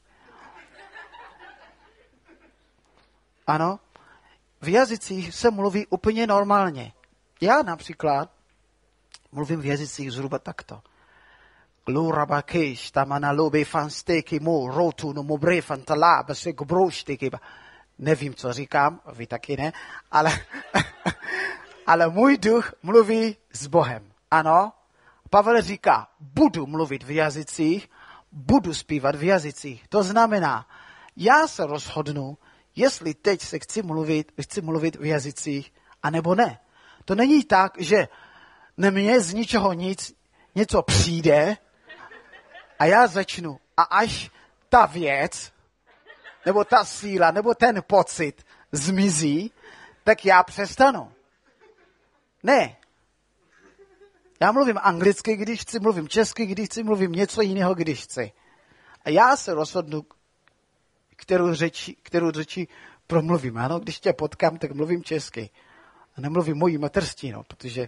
Ano, v jazycích se mluví úplně normálně. Já například mluvím v jazycích zhruba takto. Glurabakish, tamana lobe fansteky mu, rotu no mobre fantala, bese gobroušteky. Nevím, co říkám, vy taky ne, ale, ale můj duch mluví s Bohem. Ano, Pavel říká, budu mluvit v jazycích, budu zpívat v jazycích. To znamená, já se rozhodnu, jestli teď se chci mluvit, chci mluvit v jazycích, anebo ne. To není tak, že na mě z ničeho nic, něco přijde a já začnu. A až ta věc, nebo ta síla, nebo ten pocit zmizí, tak já přestanu. Ne. Já mluvím anglicky, když chci, mluvím česky, když chci, mluvím něco jiného, když chci. A já se rozhodnu, kterou řeči, kterou řeči promluvím. Ano, když tě potkám, tak mluvím česky. A nemluvím mojí materštinou, protože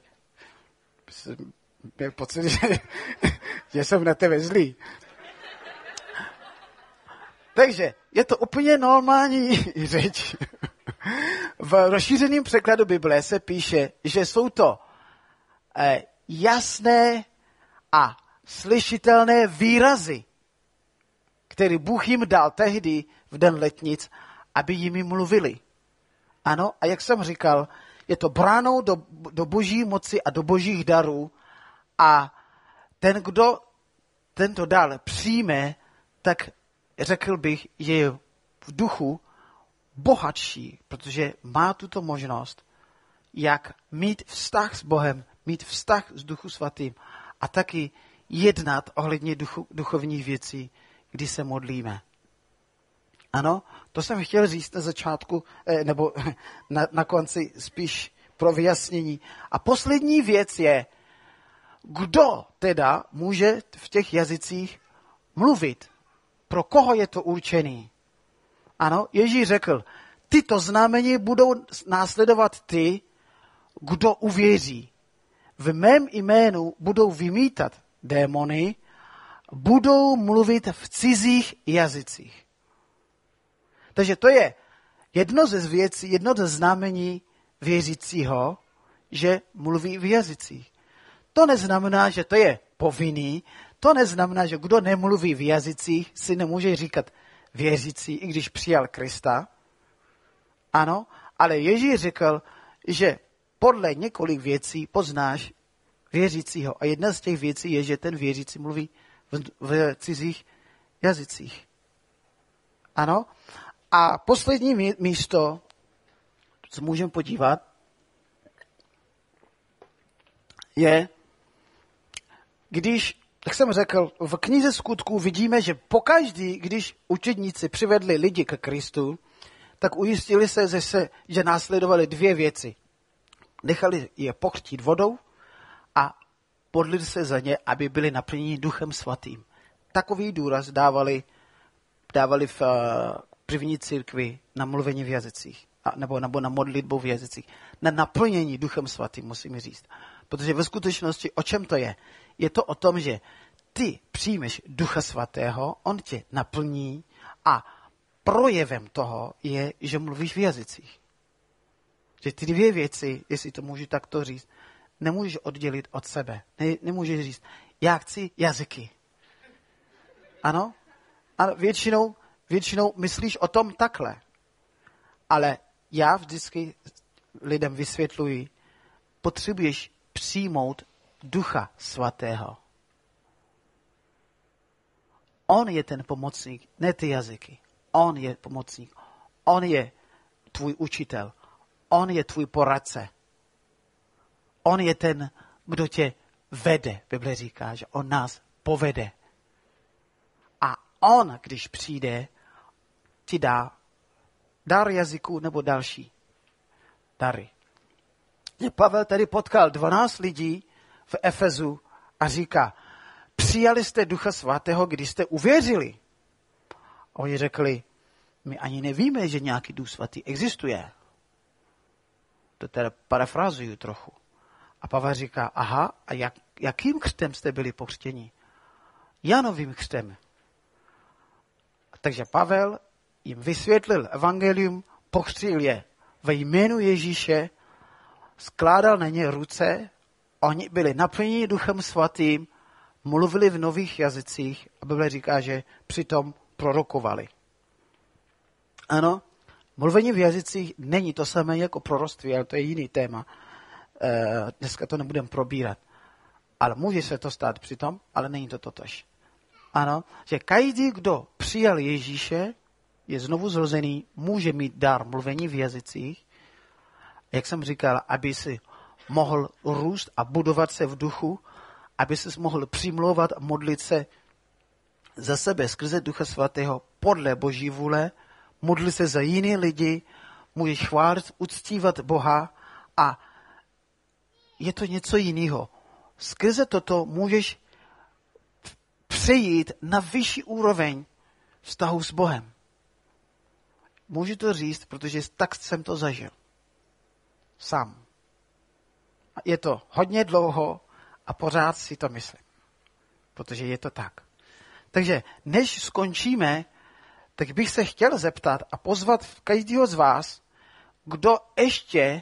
měl pocit, že, že jsem na tebe zlý. Takže je to úplně normální řeč. V rozšířeném překladu Bible se píše, že jsou to eh, jasné a slyšitelné výrazy, které Bůh jim dal tehdy v den letnic, aby jimi mluvili. Ano, a jak jsem říkal, je to bránou do, do boží moci a do božích darů a ten, kdo tento dar přijme, tak řekl bych, že je v duchu bohatší, protože má tuto možnost, jak mít vztah s Bohem, mít vztah s Duchu Svatým a taky jednat ohledně duchu, duchovních věcí, kdy se modlíme. Ano, to jsem chtěl říct na začátku, nebo na, na konci spíš pro vyjasnění. A poslední věc je, kdo teda může v těch jazycích mluvit? Pro koho je to určený? Ano, Ježíš řekl, tyto znamení budou následovat ty, kdo uvěří. V mém jménu budou vymítat démony, budou mluvit v cizích jazycích. Takže to je jedno ze věcí, jedno ze znamení věřícího, že mluví v jazycích. To neznamená, že to je povinný, to neznamená, že kdo nemluví v jazycích, si nemůže říkat věřící, i když přijal Krista. Ano, ale Ježíš řekl, že podle několik věcí poznáš, věřícího. A jedna z těch věcí je, že ten věřící mluví v, v cizích jazycích. Ano? A poslední místo, co můžeme podívat, je, když, jak jsem řekl, v knize Skutků vidíme, že pokaždý, když učedníci přivedli lidi ke Kristu, tak ujistili se, že, se, že následovali dvě věci. Nechali je pokřtít vodou a modlili se za ně, aby byli naplněni Duchem Svatým. Takový důraz dávali, dávali v uh, první církvi na mluvení v jazycích, a, nebo, nebo na modlitbu v jazycích. Na naplnění Duchem Svatým, musím říct. Protože ve skutečnosti o čem to je? Je to o tom, že ty přijmeš Ducha Svatého, on tě naplní a projevem toho je, že mluvíš v jazycích. Že ty dvě věci, jestli to můžu takto říct, nemůžeš oddělit od sebe. Ne, nemůžeš říct, já chci jazyky. Ano? Ano, většinou, většinou myslíš o tom takhle. Ale já vždycky lidem vysvětluji, potřebuješ přijmout Ducha Svatého. On je ten pomocník, ne ty jazyky. On je pomocník. On je tvůj učitel. On je tvůj poradce. On je ten, kdo tě vede. Bible říká, že on nás povede. A on, když přijde, ti dá dar jazyku nebo další dary. Pavel tady potkal dvanáct lidí v Efezu a říká, přijali jste Ducha Svatého, když jste uvěřili. A oni řekli, my ani nevíme, že nějaký Duch Svatý existuje. To teda parafrázuju trochu. A Pavel říká, aha, a jak, jakým křtem jste byli pokřtěni? Janovým křtem. Takže Pavel jim vysvětlil evangelium, pokřtil je ve jménu Ježíše, skládal na ně ruce, oni byli naplněni Duchem Svatým, mluvili v nových jazycích a Bible říká, že přitom prorokovali. Ano, mluvení v jazycích není to samé jako proroctví, ale to je jiný téma. E, dneska to nebudeme probírat. Ale může se to stát přitom, ale není to totož. Ano, že každý, kdo přijal Ježíše, je znovu zrozený, může mít dar mluvení v jazycích, jak jsem říkal, aby si mohl růst a budovat se v duchu, aby si mohl přimlouvat a modlit se za sebe skrze Ducha Svatého podle Boží vůle, modlit se za jiné lidi, můžeš chválit, uctívat Boha a je to něco jiného. Skrze toto můžeš přejít na vyšší úroveň vztahu s Bohem. Můžu to říct, protože tak jsem to zažil. Sám. Je to hodně dlouho a pořád si to myslím. Protože je to tak. Takže než skončíme, tak bych se chtěl zeptat a pozvat každého z vás, kdo ještě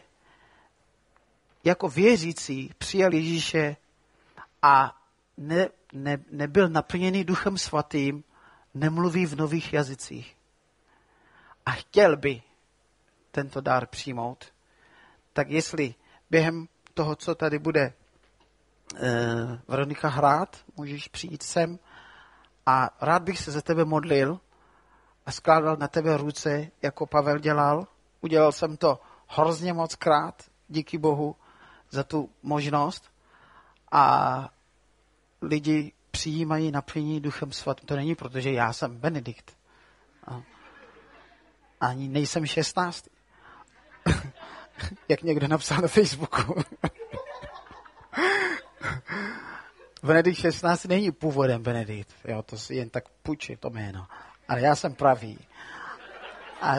jako věřící přijal Ježíše a ne, ne, nebyl naplněný Duchem Svatým, nemluví v nových jazycích a chtěl by tento dar přijmout, tak jestli během toho, co tady bude eh, Veronika hrát, můžeš přijít sem a rád bych se za tebe modlil a skládal na tebe ruce, jako Pavel dělal. Udělal jsem to hrozně moc krát, díky Bohu za tu možnost. A lidi přijímají naplnění Duchem Svatým. To není, protože já jsem Benedikt. A ani nejsem šestnáctý. Jak někdo napsal na Facebooku. Benedikt šestnáctý není původem Benedikt. Jo, to si jen tak půjčí to jméno. Ale já jsem pravý. A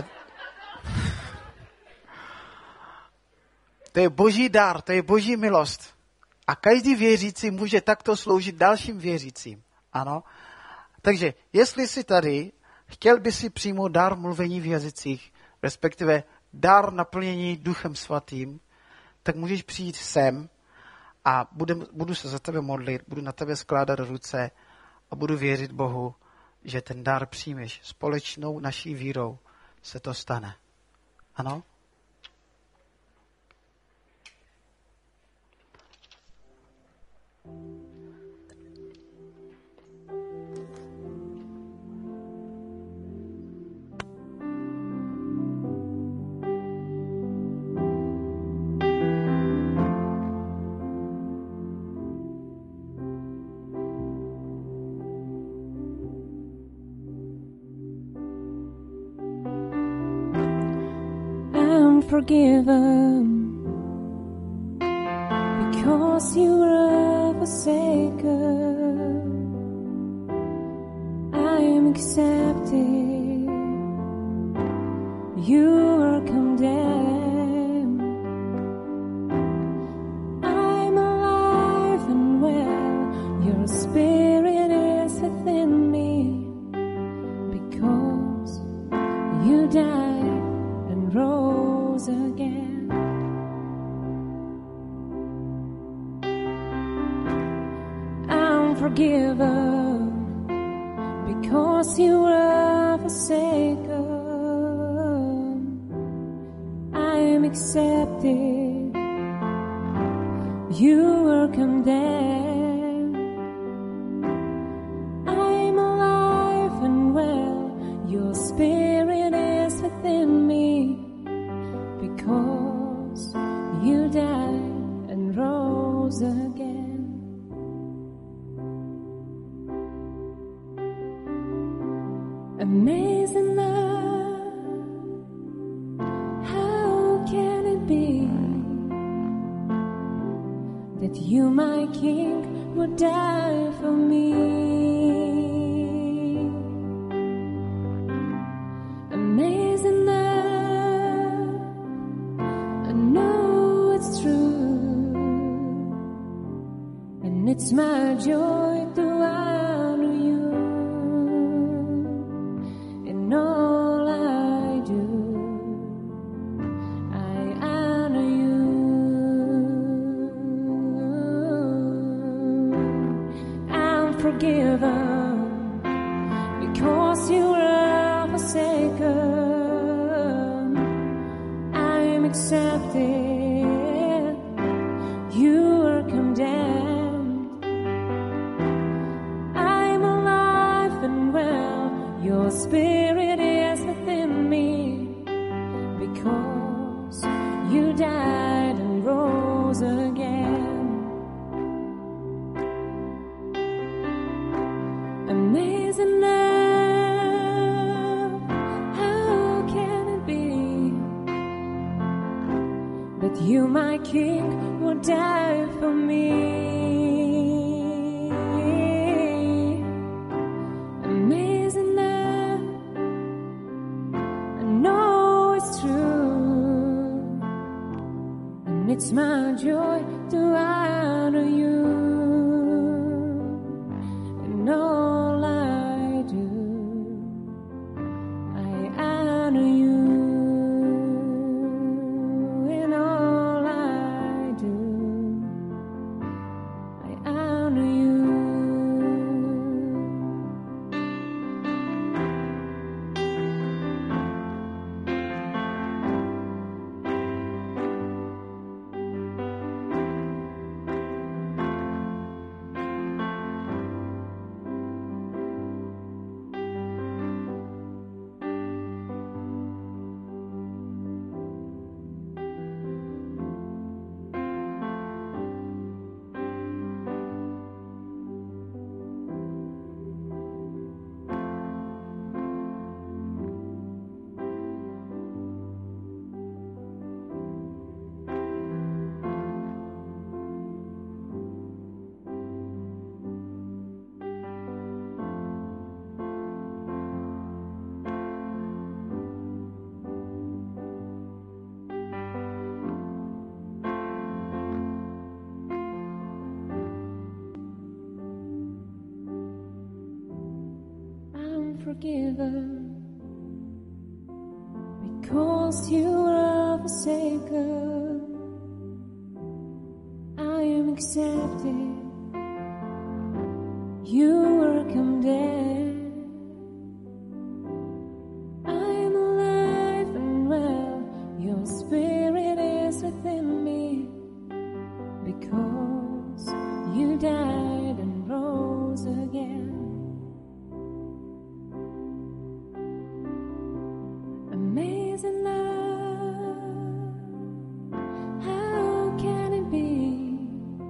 to je Boží dar, to je Boží milost. A každý věřící může takto sloužit dalším věřícím. Ano. Takže, jestli jsi tady, chtěl by si přijmout dar mluvení v jazycích, respektive dar naplnění Duchem Svatým, tak můžeš přijít sem a budem, budu se za tebe modlit, budu na tebe skládat ruce a budu věřit Bohu, že ten dar přijmeš. Společnou naší vírou se to stane. Ano? forgiven because you were forsaken. I am accepted, you are condemned. I'm alive and well, your spirit is within me, because you died and rose again. I'm forgiven because you were forsaken. I am accepted, you were condemned. I'm alive and well, your spirit is within me, because you died and rose again. Amazing love, how can it be that you, my King, would die for me? Amazing love, I know it's true, and it's my joy to honor you. In all I do, I honor you. I'm forgiven because you were forsaken. I am accepted, you are condemned. I'm alive and well, your spirit is within me, because you died and rose again. Amazing love, how can it be that you, my King, would die for me? Amazing love, I know it's true, and it's my joy to honor you. In all I do, I honor you. In all I do, I honor you. Forgiven because you were forsaken. I am accepted, you were condemned. I am alive and well, your spirit is within me, because you died and rose again. Amazing love, how can it be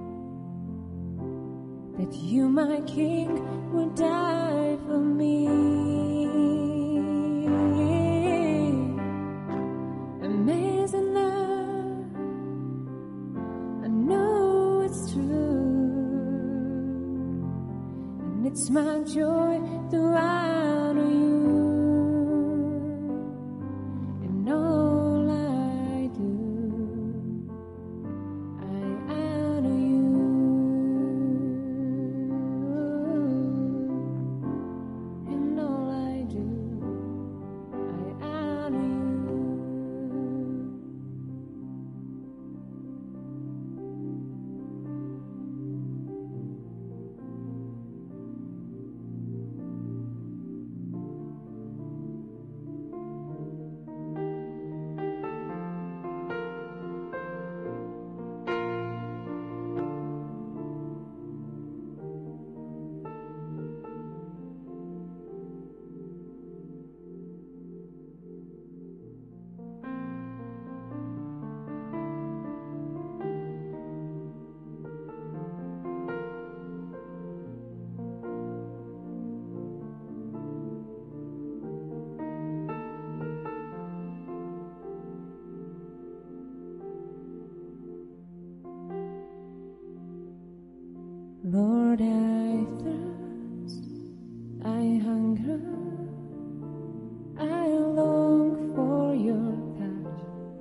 that you, my King, would die for me? Amazing It's my joy to honor you in all I do. I honor you in all I do. I honor you. Lord, I thirst, I hunger, I long for your touch.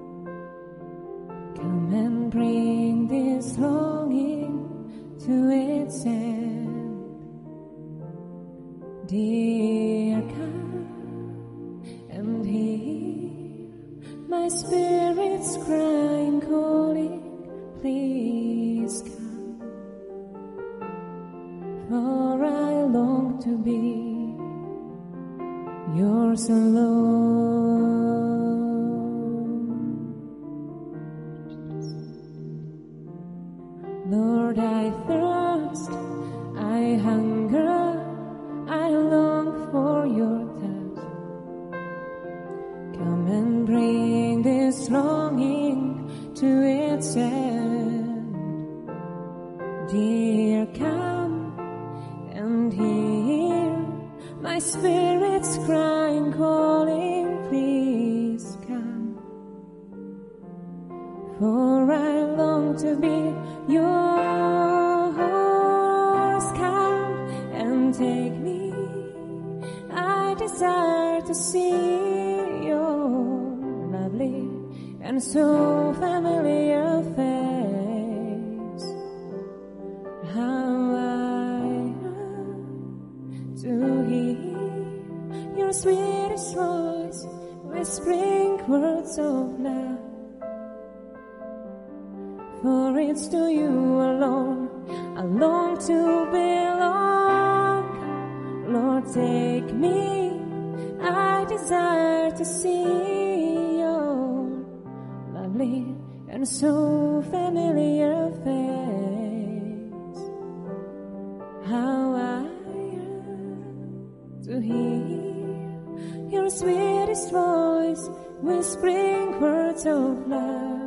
Come and bring this longing to its end. Dear, come and hear my spirit's crying, calling, please come. For I long to be yours alone. Lord, I thirst, I hunger, I long for your touch. Come and bring this longing to its end. Dear, come and hear my spirit's crying, calling, please come. For I long to be yours. Come and take me. I desire to see your lovely and so familiar face. How to hear your sweetest voice, whispering words of love. For it's to you alone I long to belong. Lord, take me. I desire to see your lovely and so familiar face. How I to hear your sweetest voice, whispering words of love.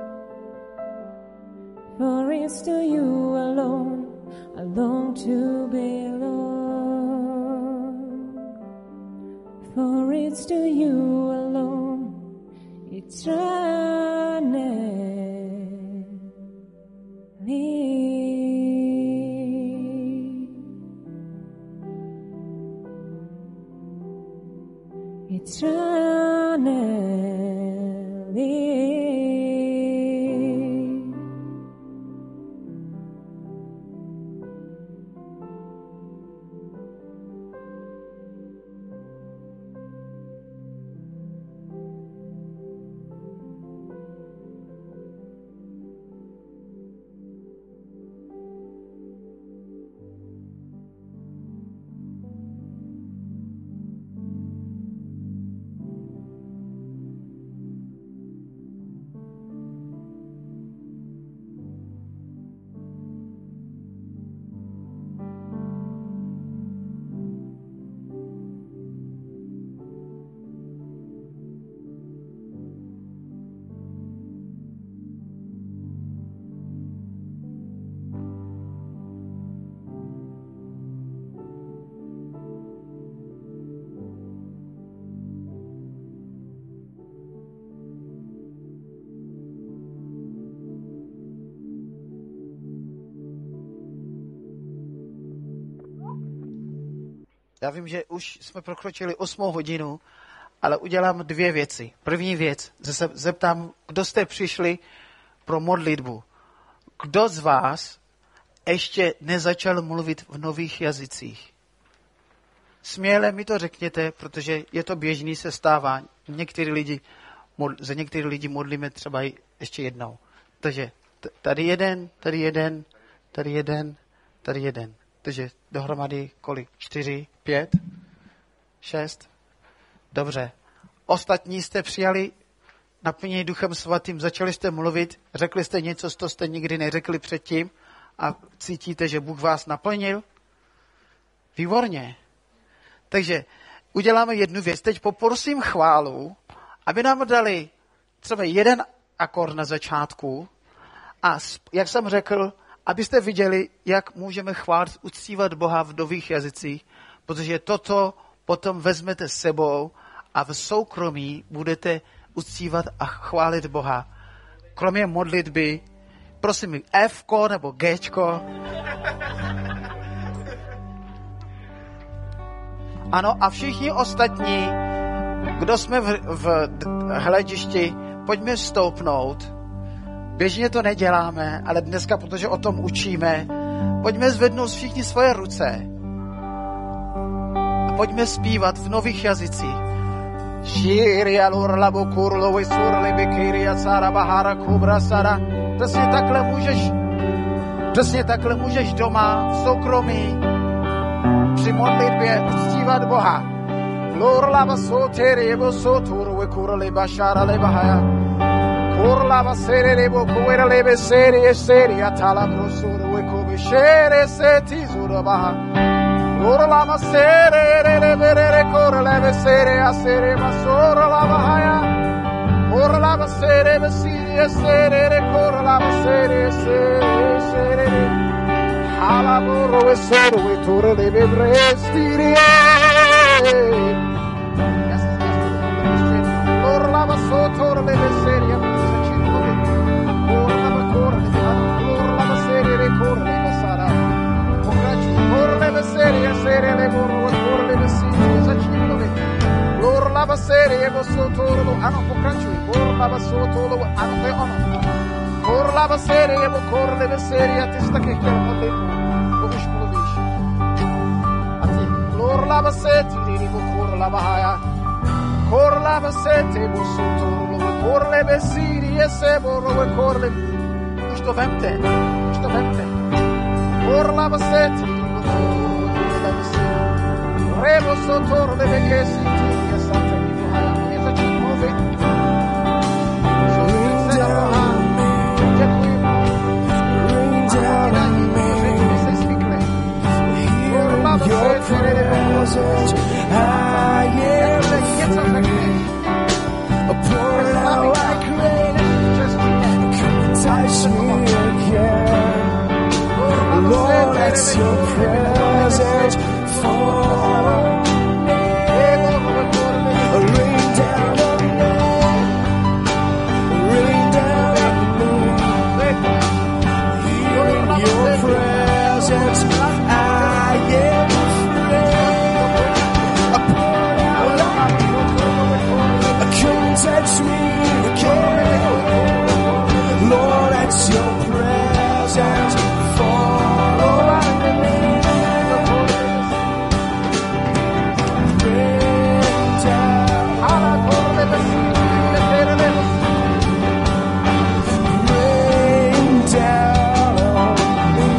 For it's to you alone I long to belong. For it's to you alone eternally. Eternally. Já vím, že už jsme prokročili osmou hodinu, ale udělám dvě věci. První věc, se zeptám, kdo jste přišli pro modlitbu. Kdo z vás ještě nezačal mluvit v nových jazycích? Směle mi to řekněte, protože je to běžný, se stává. Některý lidi, za některý lidi modlíme třeba ještě jednou. Takže tady jeden, tady jeden, tady jeden, tady jeden. Takže dohromady kolik? Čtyři, pět, šest? Dobře. Ostatní jste přijali naplnění Duchem Svatým, začali jste mluvit, řekli jste něco, co jste nikdy neřekli předtím a cítíte, že Bůh vás naplnil? Výborně. Takže uděláme jednu věc. Teď poprosím chválu, aby nám dali třeba jeden akord na začátku a jak jsem řekl, abyste viděli, jak můžeme chválit, uctívat Boha v nových jazycích, protože toto potom vezmete s sebou a v soukromí budete uctívat a chválit Boha. Kromě modlitby, prosím, F-ko nebo G-čko. Ano, a všichni ostatní, kdo jsme v, v hledišti, pojďme stoupnout. Běžně to neděláme, ale dneska, protože o tom učíme, pojďme zvednout všichni svoje ruce. A pojďme zpívat v nových jazycích. Přesně takhle můžeš, přesně takhle můžeš doma, v soukromí, při modlitbě uctívat Boha. Lorlava sotere ebo soturu we kurale bashara le bahaya. Kurlava sere lebo kuera lebe sere e sere atala brosuru we kobe shere seti zura baha. Lorlava sere lebe re kurale sere a sere masora la bahaya. Kurlava sere be sere sere re kurlava sere sere sere. Halaboro we soro we tore lebe brestiri. Lava sotto le serie corre corre lava serie le corre le sarà corre le serie serie le corre corre le serie zacino le lor lava serie go sotto lo ano pokracci corre lava sotto lo ano pe ono corre lava serie go corre le serie testa che chiamo le come scudish ati lor lava serie go corre lava haya Corla basete busuturu corle besiri eseboro corle Ušto vemte Ušto vemte Corla basete busuturu corle besiri Rebo sotoro le bekesi ti santa mi haya mi zachi move Rain down your presence I am pour out I crave touch me again Lord let your presence fall on me rain down on me rain down on me here in your presence I am touch me again, Lord, let your presence fall on me. Rain down, rain down on me.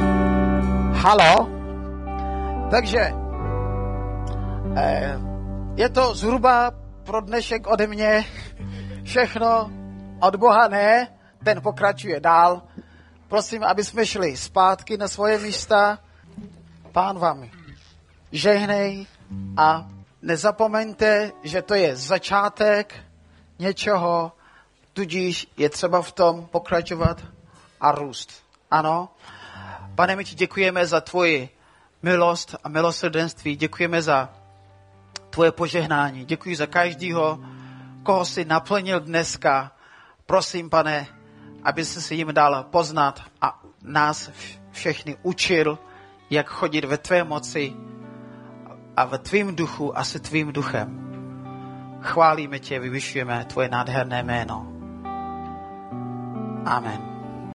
Halo? Takže eh, Je to zhruba pro dnešek ode mě všechno, od Boha ne, ten pokračuje dál. Prosím, aby jsme šli zpátky na svoje místa. Pán vám žehnej a nezapomeňte, že to je začátek něčeho, tudíž je třeba v tom pokračovat a růst. Ano. Pane, my ti děkujeme za tvoji milost a milosrdenství. Děkujeme za tvoje požehnání. Děkuji za každýho, koho jsi naplnil dneska. Prosím, Pane, aby jsi si jim dal poznat a nás všechny učil, jak chodit ve tvé moci a ve tvým duchu a se tvým duchem. Chválíme tě, vyvyšujeme tvoje nádherné jméno. Amen.